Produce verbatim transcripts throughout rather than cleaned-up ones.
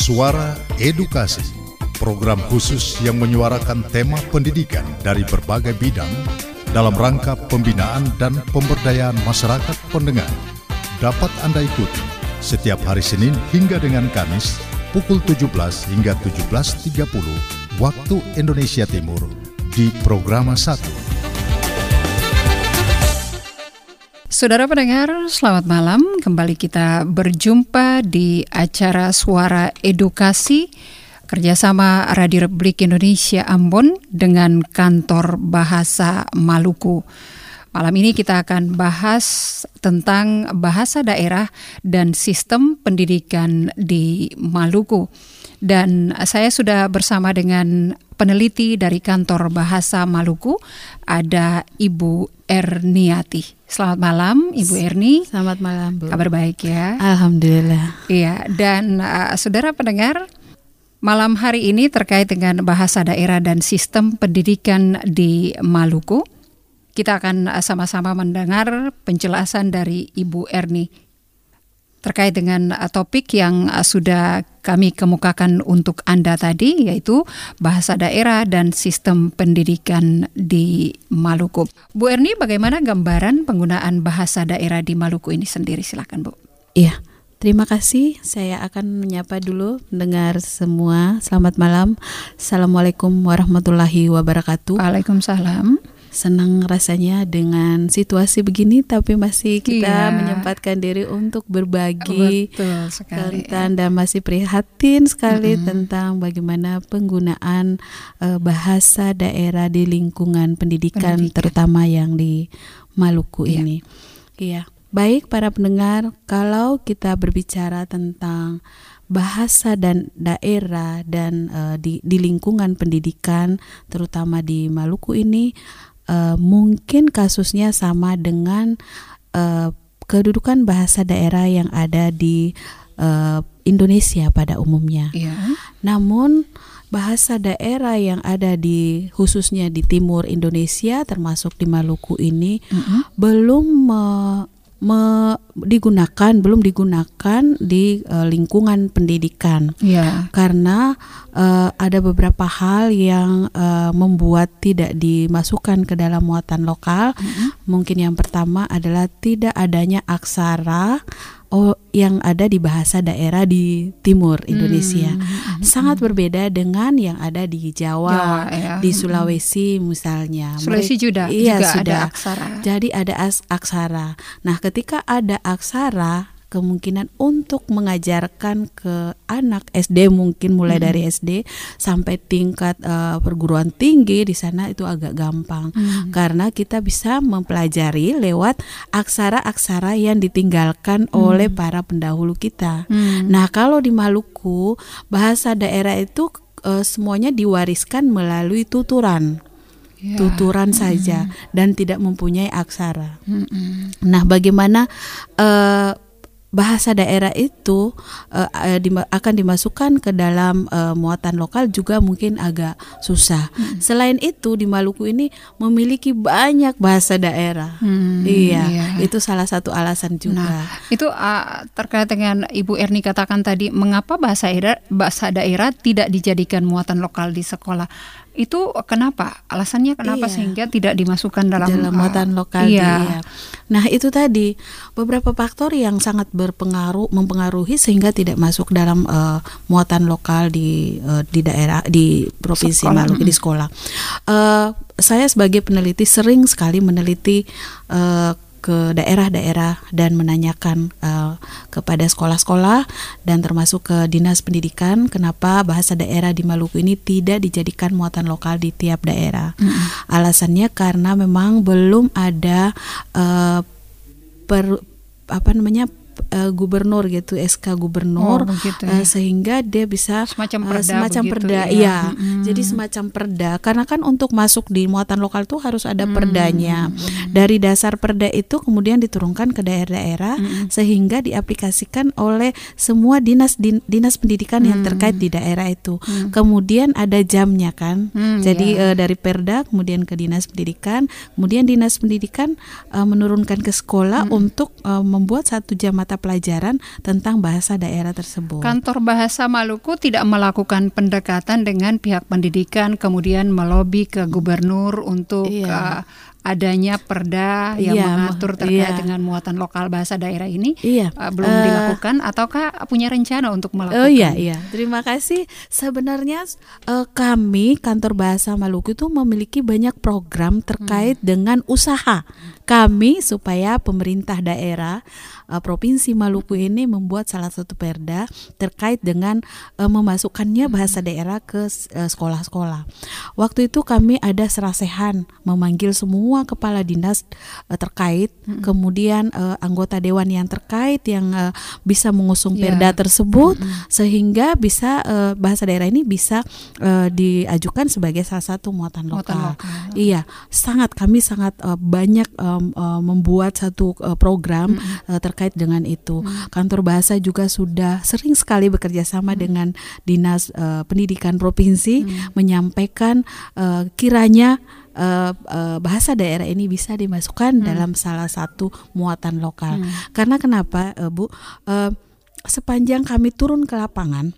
Suara Edukasi, program khusus yang menyuarakan tema pendidikan dari berbagai bidang dalam rangka pembinaan dan pemberdayaan masyarakat pendengar. Dapat Anda ikuti setiap hari Senin hingga dengan Kamis pukul tujuh belas hingga tujuh belas tiga puluh waktu Indonesia Timur di Programa satu. Saudara pendengar, selamat malam. Kembali kita berjumpa di acara Suara Edukasi kerjasama Radio Republik Indonesia Ambon dengan Kantor Bahasa Maluku. Malam ini kita akan bahas tentang bahasa daerah dan sistem pendidikan di Maluku. Dan saya sudah bersama dengan peneliti dari Kantor Bahasa Maluku, ada Ibu Erniati. Selamat malam, Ibu Erni. Selamat malam, Bu. Kabar baik ya? Alhamdulillah. Iya, dan uh, saudara pendengar, malam hari ini terkait dengan bahasa daerah dan sistem pendidikan di Maluku, kita akan uh, sama-sama mendengar penjelasan dari Ibu Erni terkait dengan uh, topik yang uh, sudah kami kemukakan untuk Anda tadi, yaitu bahasa daerah dan sistem pendidikan di Maluku. Bu Erni, bagaimana gambaran penggunaan bahasa daerah di Maluku ini sendiri? Silakan, Bu. Iya, terima kasih. Saya akan menyapa dulu pendengar semua. Selamat malam. Assalamualaikum warahmatullahi wabarakatuh. Waalaikumsalam. Senang rasanya dengan situasi begini, tapi masih kita iya. menyempatkan diri untuk berbagi tentang dan masih prihatin sekali mm-hmm. tentang bagaimana penggunaan uh, bahasa daerah di lingkungan pendidikan, pendidikan. terutama yang di Maluku iya. ini. Iya, baik para pendengar, kalau kita berbicara tentang bahasa dan daerah dan uh, di, di lingkungan pendidikan, terutama di Maluku ini, Uh, mungkin kasusnya sama dengan uh, kedudukan bahasa daerah yang ada di uh, Indonesia pada umumnya. Yeah. Namun bahasa daerah yang ada di khususnya di timur Indonesia termasuk di Maluku ini mm-hmm. belum uh, Me, digunakan belum digunakan di uh, lingkungan pendidikan yeah. karena uh, ada beberapa hal yang uh, membuat tidak dimasukkan ke dalam muatan lokal. Mm-hmm. Mungkin yang pertama adalah tidak adanya aksara oh, yang ada di bahasa daerah di timur Indonesia. Mm-hmm. Sangat berbeda dengan yang ada di Jawa, Jawa ya. Di Sulawesi misalnya. Sulawesi juga, iya, juga sudah. ada aksara. Jadi ada as- aksara. Nah, ketika ada aksara, kemungkinan untuk mengajarkan ke anak S D mungkin mulai hmm. dari S D sampai tingkat uh, perguruan tinggi di sana itu agak gampang hmm. karena kita bisa mempelajari lewat aksara-aksara yang ditinggalkan hmm. oleh para pendahulu kita. Hmm. Nah, kalau di Maluku bahasa daerah itu uh, semuanya diwariskan melalui tuturan. Ya. Tuturan hmm. saja dan tidak mempunyai aksara. Hmm. Nah, bagaimana uh, bahasa daerah itu uh, dima- akan dimasukkan ke dalam uh, muatan lokal juga mungkin agak susah. Hmm. Selain itu di Maluku ini memiliki banyak bahasa daerah. Hmm, iya, iya, itu salah satu alasan juga. Nah, itu uh, terkait dengan Ibu Erni katakan tadi, mengapa bahasa daerah, bahasa daerah tidak dijadikan muatan lokal di sekolah? Itu kenapa? Alasannya kenapa iya. sehingga tidak dimasukkan dalam, dalam muatan lokal? Iya. Iya. Nah, itu tadi beberapa faktor yang sangat berpengaruh mempengaruhi sehingga tidak masuk dalam uh, muatan lokal di uh, di daerah di provinsi sekolah. Maluku di sekolah. Uh, saya sebagai peneliti sering sekali meneliti uh, ke daerah-daerah dan menanyakan uh, kepada sekolah-sekolah dan termasuk ke dinas pendidikan kenapa bahasa daerah di Maluku ini tidak dijadikan muatan lokal di tiap daerah. Mm-hmm. Alasannya karena memang belum ada uh, per apa namanya Uh, gubernur gitu, S K gubernur, oh, begitu, ya. uh, sehingga dia bisa semacam perda, uh, semacam begitu, perda, ya. iya. Hmm. Jadi semacam perda, karena kan untuk masuk di muatan lokal tuh harus ada hmm. perdanya. Hmm. Dari dasar perda itu kemudian diturunkan ke daerah-daerah hmm. sehingga diaplikasikan oleh semua dinas din, dinas pendidikan hmm. yang terkait di daerah itu. Hmm. Kemudian ada jamnya kan, hmm, jadi ya. uh, dari perda kemudian ke dinas pendidikan, kemudian dinas pendidikan uh, menurunkan ke sekolah hmm. untuk uh, membuat satu jam mata pelajaran tentang bahasa daerah tersebut. Kantor Bahasa Maluku tidak melakukan pendekatan dengan pihak pendidikan, kemudian melobi ke gubernur untuk Iya. uh, adanya perda yang Iya, mengatur terkait iya. dengan muatan lokal bahasa daerah ini. Iya. uh, belum Uh, dilakukan ataukah punya rencana untuk melakukan? Oh iya iya, terima kasih. Sebenarnya uh, kami Kantor Bahasa Maluku itu memiliki banyak program terkait hmm. dengan usaha kami supaya pemerintah daerah uh, Provinsi Maluku ini membuat salah satu perda terkait dengan uh, memasukkannya bahasa daerah ke uh, sekolah-sekolah. Waktu itu kami ada serasehan memanggil semua kepala dinas uh, terkait, hmm. kemudian uh, anggota dewan yang terkait yang uh, bisa mengusung perda yeah. tersebut, hmm. sehingga bisa uh, bahasa daerah ini bisa uh, diajukan sebagai salah satu muatan lokal. Muatan lokal. Iya, sangat kami sangat uh, banyak um, uh, membuat satu uh, program hmm. uh, terkait dengan itu. Hmm. Kantor Bahasa juga sudah sering sekali bekerja sama hmm. dengan dinas uh, pendidikan provinsi hmm. menyampaikan uh, kiranya Uh, uh, bahasa daerah ini bisa dimasukkan hmm. dalam salah satu muatan lokal. Hmm. Karena kenapa, uh, Bu? Uh, sepanjang kami turun ke lapangan,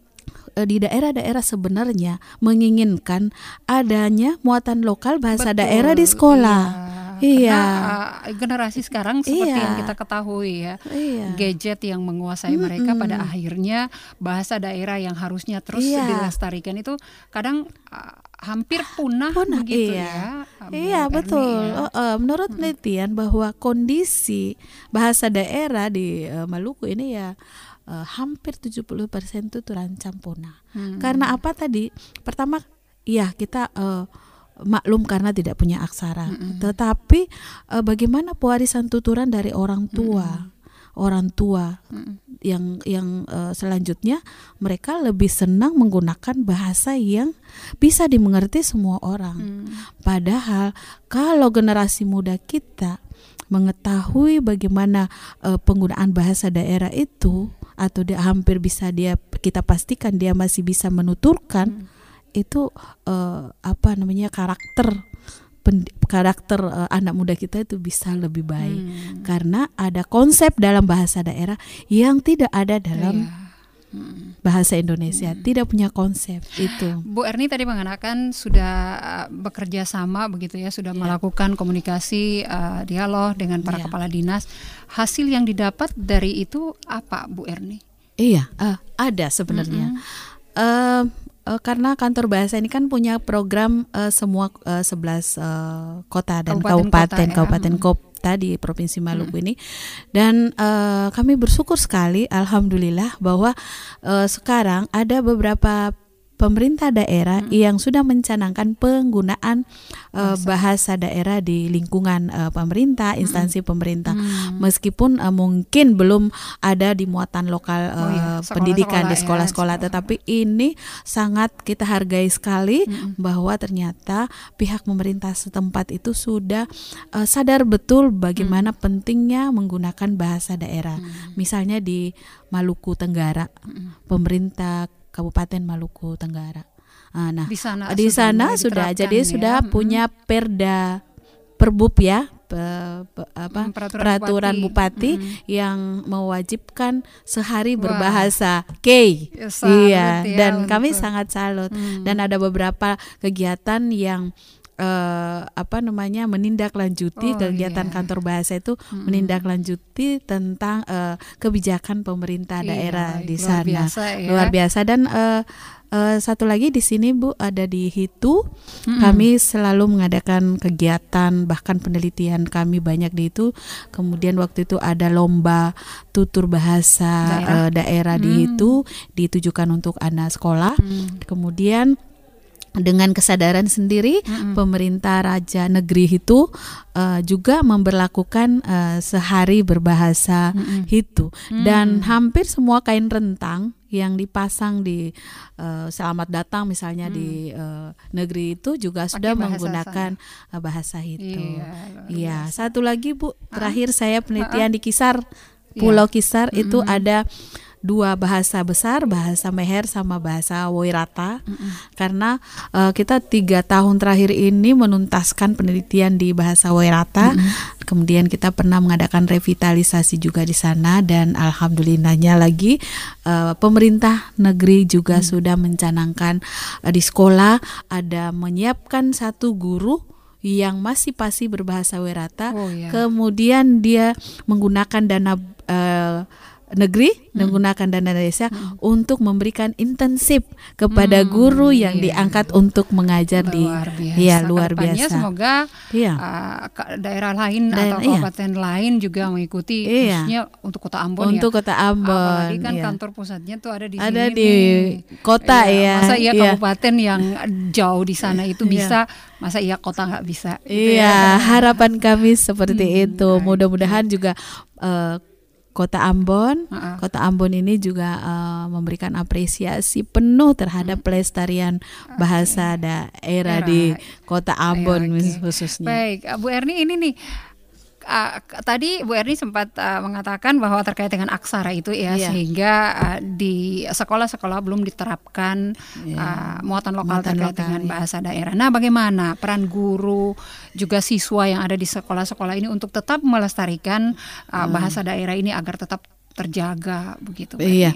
uh, di daerah-daerah sebenarnya menginginkan adanya muatan lokal bahasa Betul. daerah di sekolah. Iya. Iya. Karena uh, generasi sekarang seperti iya. yang kita ketahui ya, iya. gadget yang menguasai mm-mm. mereka, pada akhirnya bahasa daerah yang harusnya terus iya. dilestarikan itu kadang uh, hampir punah, punah begitu iya. ya. Iya betul. Ya. Uh, uh, menurut hmm. penelitian bahwa kondisi bahasa daerah di uh, Maluku ini ya uh, hampir tujuh puluh persen itu terancam punah. Hmm. Karena apa tadi? Pertama, ya kita uh, maklum karena tidak punya aksara. Hmm. Tetapi uh, bagaimana pewarisan tuturan dari orang tua? Hmm. Orang tua hmm. yang yang uh, selanjutnya mereka lebih senang menggunakan bahasa yang bisa dimengerti semua orang. Hmm. Padahal kalau generasi muda kita mengetahui bagaimana uh, penggunaan bahasa daerah itu, atau dia hampir bisa dia kita pastikan dia masih bisa menuturkan, hmm. itu uh, apa namanya karakter karakter uh, anak muda kita itu bisa lebih baik hmm. karena ada konsep dalam bahasa daerah yang tidak ada dalam yeah. hmm. bahasa Indonesia, hmm. tidak punya konsep itu. Bu Erni tadi mengatakan sudah uh, bekerja sama begitu ya, sudah yeah. melakukan komunikasi uh, dialog dengan para yeah. kepala dinas. Hasil yang didapat dari itu apa, Bu Erni? Iya, uh, ada sebenarnya. Mm-hmm. Uh, Uh, karena Kantor Bahasa ini kan punya program uh, semua uh, sebelas uh, kota dan kabupaten kabupaten kota, ya. kota di Provinsi Maluku hmm. ini, dan uh, kami bersyukur sekali, alhamdulillah, bahwa uh, sekarang ada beberapa pemerintah daerah hmm. yang sudah mencanangkan penggunaan uh, bahasa daerah di lingkungan uh, pemerintah, instansi hmm. pemerintah, hmm. meskipun uh, mungkin belum ada di muatan lokal uh, oh iya, pendidikan di sekolah-sekolah, ya, tetapi ini sangat kita hargai sekali hmm. bahwa ternyata pihak pemerintah setempat itu sudah uh, sadar betul bagaimana hmm. pentingnya menggunakan bahasa daerah. Hmm. Misalnya di Maluku Tenggara, hmm. pemerintah Kabupaten Maluku Tenggara. Nah, di sana, di sana sudah, sudah jadi ya. sudah hmm. punya perda perbub ya, pe, pe, apa hmm, peraturan, peraturan bupati, bupati hmm. yang mewajibkan sehari Wah. berbahasa K. Ya, iya, ya, dan untuk. kami sangat salut. Hmm. Dan ada beberapa kegiatan yang Uh, apa namanya menindaklanjuti oh, kegiatan iya. Kantor Bahasa itu hmm. menindaklanjuti tentang uh, kebijakan pemerintah iya, daerah di luar sana biasa, ya. luar biasa. Dan uh, uh, satu lagi di sini Bu, ada di Hitu, hmm. kami selalu mengadakan kegiatan, bahkan penelitian kami banyak di itu. Kemudian waktu itu ada lomba tutur bahasa daerah, uh, daerah hmm. di Hitu, ditujukan untuk anak sekolah. hmm. Kemudian dengan kesadaran sendiri, mm-hmm. pemerintah Raja Negeri Hitu uh, juga memberlakukan uh, sehari berbahasa mm-hmm. Hitu, mm-hmm. dan hampir semua kain rentang yang dipasang di uh, selamat datang misalnya mm. di uh, negeri itu juga Pake sudah bahasa menggunakan sana. bahasa Hitu. Iya, iya. Satu lagi Bu, terakhir Hah? saya penelitian Hah? di Kisar, Pulau yeah. Kisar mm-hmm. itu ada dua bahasa besar, bahasa Meher sama bahasa Woirata. Mm-hmm. Karena uh, kita tiga tahun terakhir ini menuntaskan penelitian di bahasa Woirata. Mm-hmm. Kemudian kita pernah mengadakan revitalisasi juga di sana, dan alhamdulillahnya lagi uh, pemerintah negeri juga mm-hmm. sudah mencanangkan uh, di sekolah ada menyiapkan satu guru yang masih pasti berbahasa Woirata. Oh, yeah. Kemudian dia menggunakan dana uh, negeri, hmm. menggunakan dana desa hmm. untuk memberikan intensif kepada hmm, guru yang iya. diangkat untuk mengajar luar di biasa. Ya luar biasa. Semoga iya. uh, daerah lain Dan, atau kabupaten iya. lain juga mengikuti, iya. khususnya untuk Kota Ambon. Untuk ya. Kota Ambon. Apalagi kan iya. kantor pusatnya tuh ada di ada sini. di kota iya. ya. Masa iya iya. kabupaten yang jauh di sana itu bisa, iya. masa iya kota nggak bisa. Gitu iya, ya. Harapan kami seperti hmm, itu. Baik. Mudah-mudahan juga uh, Kota Ambon, uh-uh. Kota Ambon ini juga uh, memberikan apresiasi penuh terhadap hmm. pelestarian bahasa okay. daerah Era. di Kota Ambon okay. khususnya. Baik, Bu Erni, ini nih uh, tadi Bu Erni sempat uh, mengatakan bahwa terkait dengan aksara itu ya, yeah. sehingga uh, di sekolah-sekolah belum diterapkan yeah. uh, muatan lokal muatan terkait lokal, dengan yeah. bahasa daerah. Nah, bagaimana peran guru juga siswa yang ada di sekolah-sekolah ini untuk tetap melestarikan uh, hmm. bahasa daerah ini agar tetap terjaga begitu? Iya,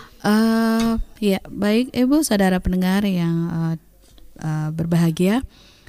uh, ya baik Ibu saudara pendengar yang uh, uh, berbahagia.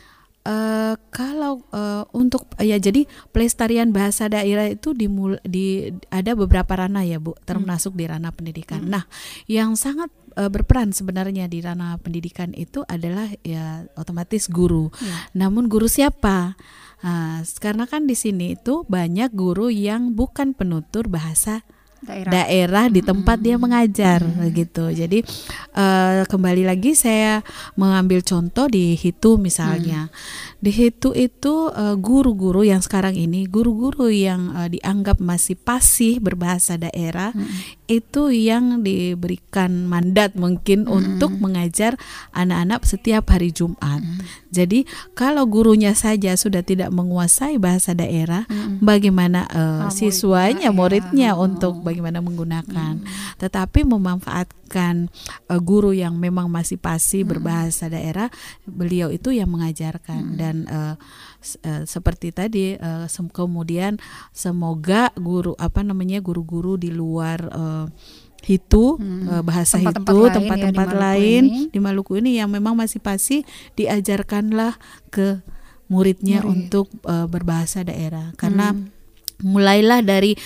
Uh, kalau uh, untuk ya jadi pelestarian bahasa daerah itu dimul, di ada beberapa ranah ya Bu, termasuk hmm. di ranah pendidikan. Hmm. Nah, yang sangat uh, berperan sebenarnya di ranah pendidikan itu adalah ya otomatis guru. Hmm. Namun guru siapa? Nah, karena kan di sini itu banyak guru yang bukan penutur bahasa daerah, daerah di tempat hmm. dia mengajar hmm. gitu. Jadi uh, kembali lagi saya mengambil contoh di Hitu misalnya. Hmm. Di Hitu itu uh, guru-guru yang sekarang ini guru-guru yang uh, dianggap masih fasih berbahasa daerah hmm. itu yang diberikan mandat mungkin hmm. untuk mengajar anak-anak setiap hari Jumat. Hmm. Jadi kalau gurunya saja sudah tidak menguasai bahasa daerah, hmm. bagaimana uh, oh, siswanya, muridnya ya. untuk bagaimana menggunakan. Hmm. Tetapi memanfaatkan uh, guru yang memang masih fasih hmm. berbahasa daerah, beliau itu yang mengajarkan. Hmm. Dan uh, uh, seperti tadi uh, sem- kemudian semoga guru apa namanya guru-guru di luar uh, Hitu hmm. bahasa tempat-tempat Hitu lain tempat-tempat ya, lain di, di Maluku ini yang memang masih fasih diajarkanlah ke muridnya Murid. untuk uh, berbahasa daerah karena hmm. mulailah dari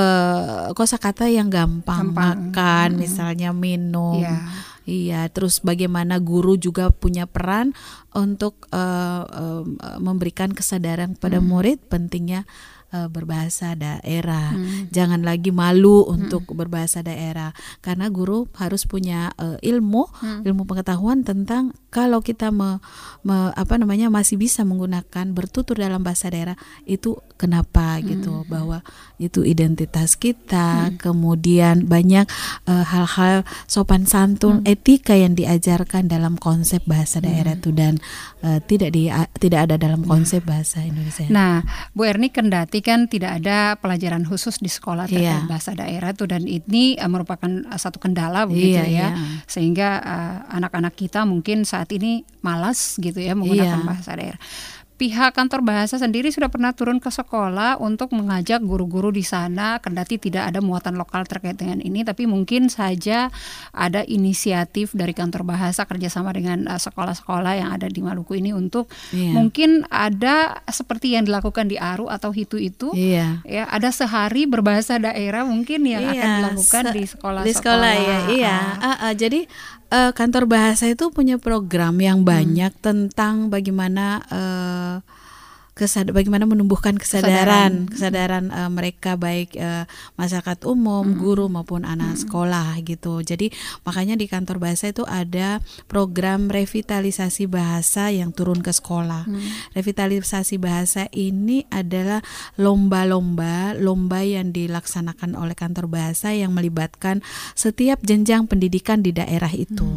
uh, kosakata yang gampang, gampang. makan hmm. misalnya minum. Yeah. Iya, terus bagaimana guru juga punya peran untuk uh, uh, memberikan kesadaran pada hmm. murid pentingnya uh, berbahasa daerah. Hmm. Jangan lagi malu untuk hmm. berbahasa daerah karena guru harus punya uh, ilmu, hmm. ilmu pengetahuan tentang kalau kita me, me, apa namanya masih bisa menggunakan bertutur dalam bahasa daerah itu kenapa hmm. gitu, bahwa itu identitas kita. Hmm. Kemudian banyak uh, hal-hal sopan santun, hmm. etika yang diajarkan dalam konsep bahasa daerah hmm. itu dan uh, tidak di uh, tidak ada dalam konsep nah. bahasa Indonesia. Nah, Bu Erni, kendati kan tidak ada pelajaran khusus di sekolah terkait yeah. bahasa daerah itu, dan ini uh, merupakan uh, satu kendala begitu yeah, ya, yeah. sehingga uh, anak-anak kita mungkin saat ini malas gitu ya menggunakan yeah. bahasa daerah. Pihak kantor bahasa sendiri sudah pernah turun ke sekolah untuk mengajak guru-guru di sana, kendati tidak ada muatan lokal terkait dengan ini, tapi mungkin saja ada inisiatif dari kantor bahasa kerjasama dengan uh, sekolah-sekolah yang ada di Maluku ini untuk yeah. mungkin ada seperti yang dilakukan di Aru atau Hitu itu, yeah. ya ada sehari berbahasa daerah mungkin yang yeah. akan dilakukan Se- di sekolah-sekolah. Di sekolah ya, iya. Uh, uh, jadi Uh, kantor bahasa itu punya program yang banyak hmm. tentang bagaimana uh, kesad- bagaimana menumbuhkan kesadaran kesadaran, kesadaran uh, mereka baik uh, masyarakat umum, hmm. guru maupun anak hmm. sekolah gitu. Jadi makanya di kantor bahasa itu ada program revitalisasi bahasa yang turun ke sekolah. Hmm. Revitalisasi bahasa ini adalah lomba-lomba, lomba yang dilaksanakan oleh kantor bahasa yang melibatkan setiap jenjang pendidikan di daerah itu. Hmm.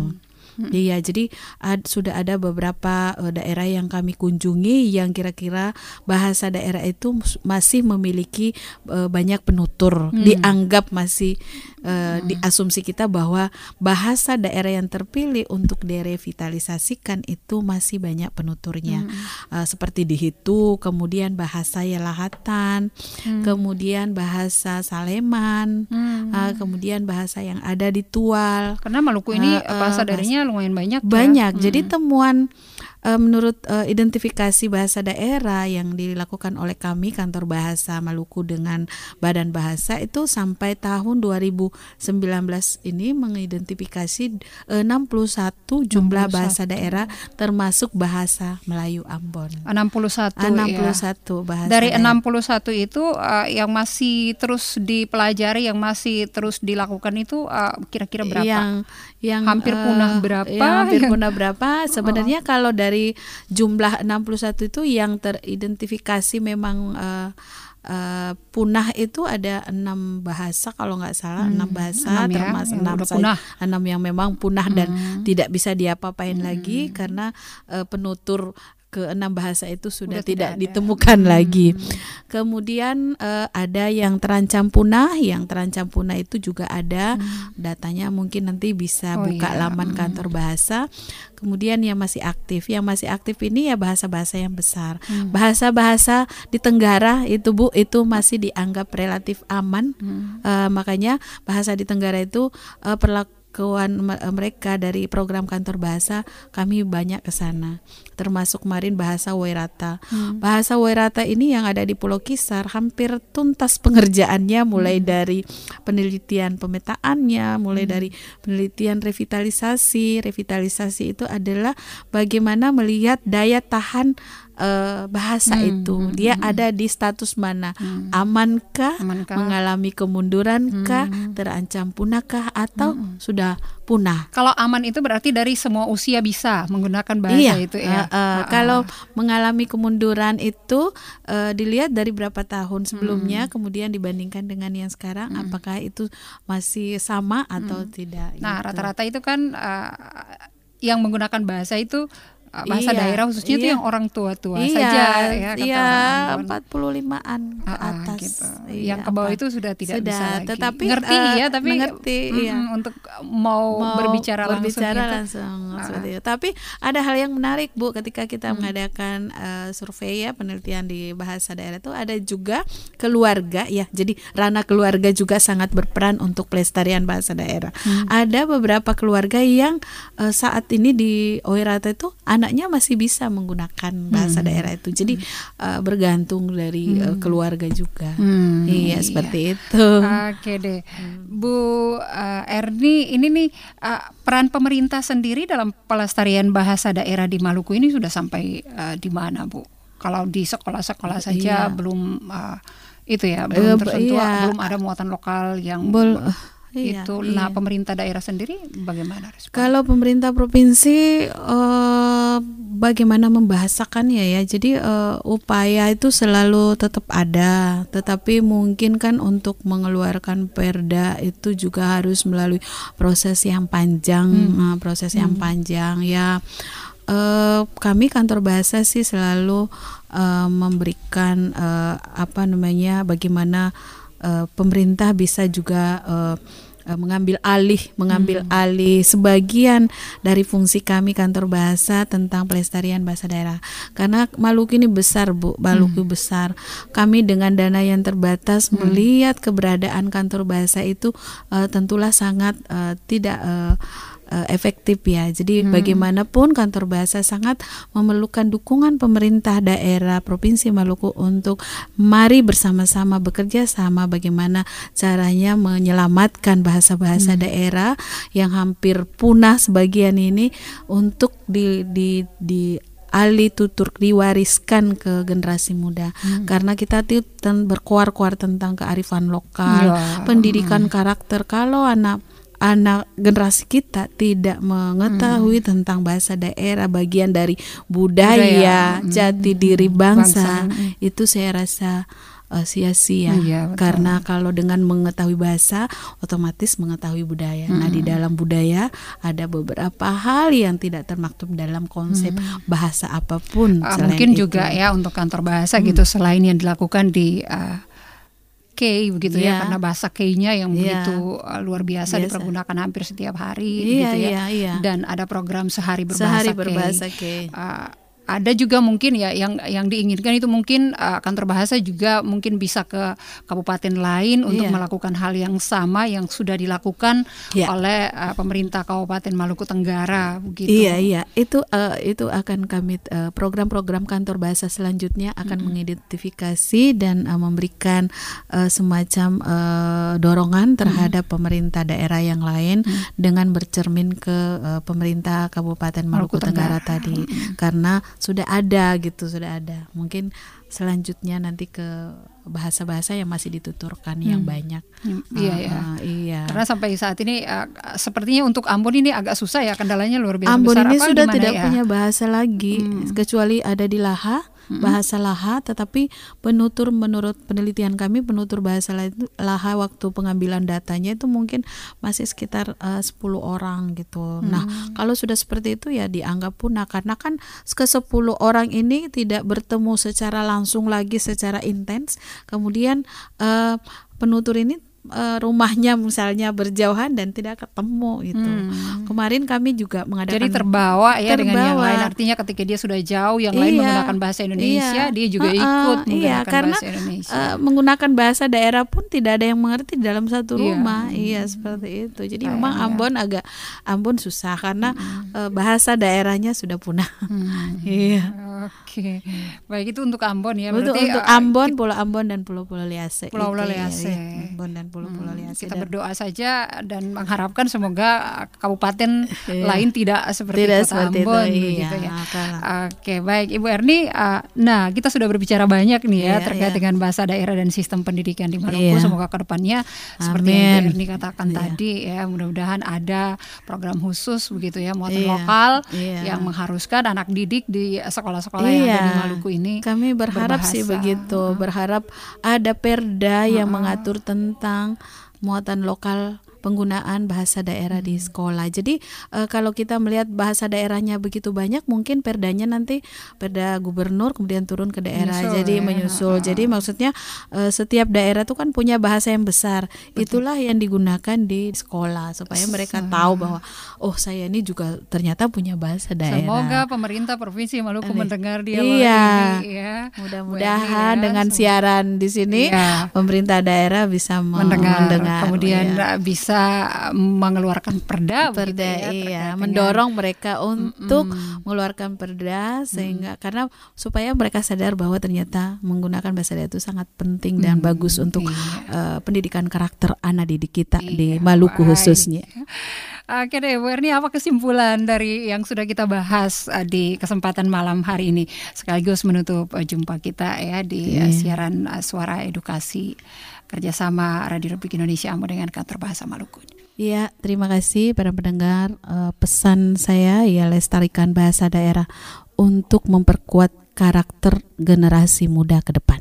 Hmm. Iya, jadi ad, sudah ada beberapa uh, daerah yang kami kunjungi yang kira-kira bahasa daerah itu masih memiliki uh, banyak penutur, hmm. dianggap masih uh, hmm. diasumsi kita bahwa bahasa daerah yang terpilih untuk direvitalisasikan itu masih banyak penuturnya, hmm. uh, seperti di Hitu, kemudian bahasa Yelahatan, hmm. kemudian bahasa Saleman, hmm. uh, kemudian bahasa yang ada di Tual. Karena Maluku ini uh, bahasa daerahnya lumayan banyak. Banyak. Ya? Jadi hmm. temuan uh, menurut uh, identifikasi bahasa daerah yang dilakukan oleh kami kantor bahasa Maluku dengan Badan Bahasa itu sampai tahun dua ribu sembilan belas ini mengidentifikasi uh, enam puluh satu jumlah enam puluh satu bahasa daerah termasuk bahasa Melayu Ambon. enam puluh satu enam puluh satu ya. Bahasa Dari daerah. enam puluh satu itu uh, yang masih terus dipelajari, yang masih terus dilakukan itu uh, kira-kira berapa? Yang yang hampir punah uh, berapa? Yang hampir punah berapa? Sebenarnya oh. kalau dari jumlah enam puluh satu itu yang teridentifikasi memang uh, uh, punah itu ada enam bahasa kalau nggak salah, hmm, enam bahasa enam ya, termasuk yang enam punah. enam yang memang punah dan hmm. tidak bisa diapa-apain hmm. lagi karena uh, penutur keenam bahasa itu sudah Udah tidak, tidak ditemukan hmm. lagi. Kemudian uh, ada yang terancam punah, yang terancam punah itu juga ada hmm. datanya, mungkin nanti bisa oh buka iya. laman kantor bahasa. Kemudian yang masih aktif, yang masih aktif ini ya bahasa-bahasa yang besar. Hmm. Bahasa-bahasa di Tenggara itu Bu, itu masih dianggap relatif aman. Hmm. Uh, makanya bahasa di Tenggara itu uh, perlaku kawan mereka dari program kantor bahasa kami banyak ke sana, termasuk kemarin bahasa Wairata. Hmm. Bahasa Wairata ini yang ada di Pulau Kisar hampir tuntas pengerjaannya, mulai hmm. dari penelitian pemetaannya, mulai hmm. dari penelitian revitalisasi. Revitalisasi itu adalah bagaimana melihat daya tahan Uh, bahasa hmm, itu hmm, dia hmm. ada di status mana, hmm. amankah, amankah, mengalami kemundurankah, hmm. terancam punahkah atau hmm. sudah punah. Kalau aman itu berarti dari semua usia bisa menggunakan bahasa iya, itu ya. Uh, uh, uh, kalau mengalami kemunduran itu uh, dilihat dari berapa tahun sebelumnya, hmm. kemudian dibandingkan dengan yang sekarang, hmm. apakah itu masih sama atau hmm. tidak. Nah, gitu. Rata-rata itu kan uh, yang menggunakan bahasa itu bahasa iya, daerah khususnya iya. itu yang orang tua-tua iya, saja ya, kata iya, orang empat puluh limaan ke atas. Gitu. Iya, yang ke bawah itu sudah tidak sudah, bisa lagi. Tetapi ngerti uh, ya, tapi mengerti, mm, iya. untuk mau, mau berbicara, berbicara langsung, langsung itu. seperti itu. Tapi ada hal yang menarik Bu, ketika kita hmm. mengadakan uh, survei ya, penelitian di bahasa daerah itu ada juga keluarga ya. Jadi ranah keluarga juga sangat berperan untuk pelestarian bahasa daerah. Hmm. Ada beberapa keluarga yang uh, saat ini di Oirata itu anaknya masih bisa menggunakan bahasa hmm. daerah itu. Jadi hmm. uh, bergantung dari hmm. uh, keluarga juga. Hmm. Iya, seperti iya. itu. Oke deh. Bu uh, Erni, ini nih uh, peran pemerintah sendiri dalam pelestarian bahasa daerah di Maluku ini sudah sampai uh, di mana, Bu? Kalau di sekolah-sekolah saja iya. belum uh, itu ya, belum tersentuh, iya. belum ada muatan lokal yang Bel- Iya, itu. Iya. Nah, pemerintah daerah sendiri bagaimana respon? Kalau pemerintah provinsi uh, bagaimana membahasakannya ya. Jadi uh, upaya itu selalu tetap ada, tetapi mungkin kan untuk mengeluarkan perda itu juga harus melalui proses yang panjang, hmm. uh, proses hmm. yang panjang ya. Uh, kami kantor bahasa sih selalu uh, memberikan uh, apa namanya bagaimana Uh, pemerintah bisa juga uh, uh, mengambil alih, mengambil hmm. alih sebagian dari fungsi kami kantor bahasa tentang pelestarian bahasa daerah. Karena Maluku ini besar Bu, Maluku hmm. besar. Kami dengan dana yang terbatas hmm. melihat keberadaan kantor bahasa itu uh, tentulah sangat uh, tidak uh, Uh, efektif ya. Jadi hmm. bagaimanapun kantor bahasa sangat memerlukan dukungan pemerintah daerah Provinsi Maluku untuk mari bersama-sama bekerja sama bagaimana caranya menyelamatkan bahasa-bahasa hmm. daerah yang hampir punah sebagian ini untuk di di di alih tutur diwariskan ke generasi muda. Hmm. Karena kita tuh berkuar-kuar tentang kearifan lokal, ya. pendidikan hmm. karakter. Kalau anak anak generasi kita tidak mengetahui hmm. tentang bahasa daerah, bagian dari budaya, budaya. jati diri bangsa, bangsa. Hmm. itu saya rasa uh, sia-sia. Iya, Karena kalau dengan mengetahui bahasa otomatis mengetahui budaya. Hmm. Nah, di dalam budaya ada beberapa hal yang tidak termaktub dalam konsep hmm. bahasa apapun. Uh, mungkin itu. Juga ya untuk kantor bahasa hmm. gitu, selain yang dilakukan di uh, K begitu yeah. ya, karena bahasa K-nya yang yeah. begitu uh, luar biasa, biasa dipergunakan hampir setiap hari yeah, gitu ya. Yeah, yeah. Dan ada program sehari berbahasa sehari K. berbahasa K. Uh, ada juga mungkin ya yang yang diinginkan itu mungkin uh, kantor bahasa juga mungkin bisa ke kabupaten lain untuk yeah. melakukan hal yang sama yang sudah dilakukan yeah. oleh uh, pemerintah Kabupaten Maluku Tenggara begitu. Iya iya, itu uh, itu akan kami uh, program-program kantor bahasa selanjutnya akan mm-hmm. mengidentifikasi dan uh, memberikan uh, semacam uh, dorongan terhadap mm-hmm. pemerintah daerah yang lain mm-hmm. dengan bercermin ke uh, pemerintah Kabupaten Maluku, Maluku Tenggara, Tenggara tadi mm-hmm. karena sudah ada gitu, sudah ada. Mungkin selanjutnya nanti ke bahasa-bahasa yang masih dituturkan hmm. yang banyak. Hmm, iya, uh, ya. Uh, iya. Karena sampai saat ini uh, sepertinya untuk Ambon ini agak susah ya, kendalanya luar biasa Ambon besar. Ambon ini apa, sudah gimana tidak ya? punya bahasa lagi hmm. kecuali ada di Laha. Bahasa Laha, tetapi penutur menurut penelitian kami penutur bahasa Laha waktu pengambilan datanya itu mungkin masih sekitar uh, sepuluh orang gitu. Hmm. Nah, kalau sudah seperti itu ya dianggap punah karena kan ke sepuluh orang ini tidak bertemu secara langsung lagi secara intens. Kemudian uh, penutur ini Uh, rumahnya misalnya berjauhan dan tidak ketemu gitu. Hmm. Kemarin kami juga mengadakan. Jadi terbawa ya terbawa. Dengan yang lain. Artinya ketika dia sudah jauh, yang iya, lain menggunakan bahasa Indonesia, iya. dia juga uh, ikut uh, menggunakan iya, karena, bahasa Indonesia. Uh, menggunakan bahasa daerah pun tidak ada yang mengerti dalam satu rumah. Iya, iya seperti itu. Jadi ah, memang iya. Ambon agak Ambon susah karena hmm. uh, bahasa daerahnya sudah punah. Hmm. Iya. Oke, baik itu untuk Ambon ya. Berarti untuk, untuk Ambon, Pulau Ambon dan Pulau-Pulau Liase. Pulau-Pulau Liase. Ya, Ambon dan Pulau-Pulau hmm, Liase. Kita dan berdoa saja dan mengharapkan semoga kabupaten iya. lain tidak seperti tidak Kota seperti Ambon itu, gitu iya, ya. Akala. Oke, baik Ibu Erni. Uh, nah, kita sudah berbicara banyak nih ya iya, terkait iya. dengan bahasa daerah dan sistem pendidikan di Maluku. Iya. Semoga kedepannya Amin. Seperti yang Ibu Erni katakan iya. tadi ya, mudah-mudahan ada program khusus begitu ya, muatan iya. lokal iya. yang mengharuskan anak didik di sekolah-sekolah iya. yang ada di Maluku ini. Kami berharap berbahasa. sih begitu, berharap ada perda yang uh-huh. mengatur tentang muatan lokal penggunaan bahasa daerah hmm. di sekolah. Jadi uh, kalau kita melihat bahasa daerahnya begitu banyak, mungkin perdanya nanti perda gubernur kemudian turun ke daerah. Menyusul, jadi ya. menyusul. Uh-huh. Jadi maksudnya uh, setiap daerah itu kan punya bahasa yang besar. Betul. Itulah yang digunakan di sekolah supaya mereka tahu bahwa oh saya ini juga ternyata punya bahasa daerah. Semoga pemerintah Provinsi Maluku Ane. mendengar dia iya. ini ya. Mudah-mudahan ya, dengan semoga. siaran di sini iya. pemerintah daerah bisa mendengar, mendengar kemudian ya. bisa mengeluarkan perda, perda ya, iya, mendorong mereka untuk mm-mm. mengeluarkan perda sehingga mm. karena supaya mereka sadar bahwa ternyata menggunakan bahasa daerah itu sangat penting mm. dan bagus untuk iya. uh, pendidikan karakter anak didik kita iya, di Maluku baik. khususnya. Oke deh, Bu Erni, apa kesimpulan dari yang sudah kita bahas uh, di kesempatan malam hari ini sekaligus menutup uh, jumpa kita ya di yeah. uh, siaran uh, Suara Edukasi kerjasama Radio Republik Indonesia Ambon dengan Kantor Bahasa Maluku. Iya, terima kasih para pendengar. Uh, pesan saya ya lestarikan bahasa daerah untuk memperkuat karakter generasi muda ke depan.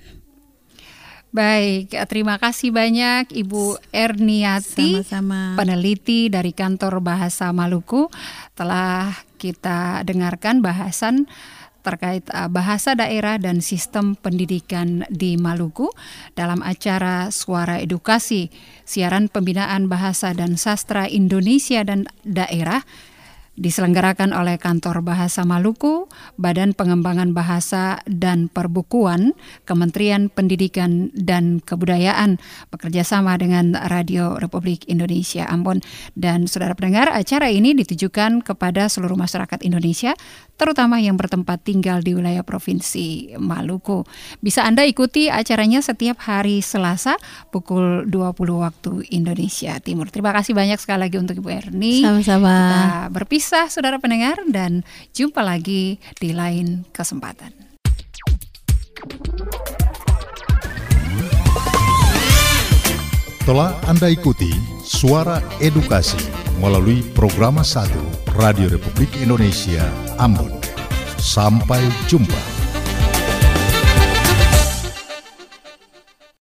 Baik, terima kasih banyak Ibu Erniati, sama-sama. peneliti dari Kantor Bahasa Maluku, telah kita dengarkan bahasan terkait bahasa daerah dan sistem pendidikan di Maluku dalam acara Suara Edukasi, siaran pembinaan bahasa dan sastra Indonesia dan daerah, diselenggarakan oleh Kantor Bahasa Maluku, Badan Pengembangan Bahasa dan Perbukuan, Kementerian Pendidikan dan Kebudayaan, bekerjasama dengan Radio Republik Indonesia Ambon. Dan saudara pendengar, acara ini ditujukan kepada seluruh masyarakat Indonesia, terutama yang bertempat tinggal di wilayah Provinsi Maluku. Bisa Anda ikuti acaranya setiap hari Selasa pukul dua puluh waktu Indonesia Timur. Terima kasih banyak sekali lagi untuk Ibu Erni. Sama-sama. Kita berpisah saudara pendengar dan jumpa lagi di lain kesempatan. Telah Anda ikuti Suara Edukasi melalui Programa satu Radio Republik Indonesia Ambon. Sampai jumpa.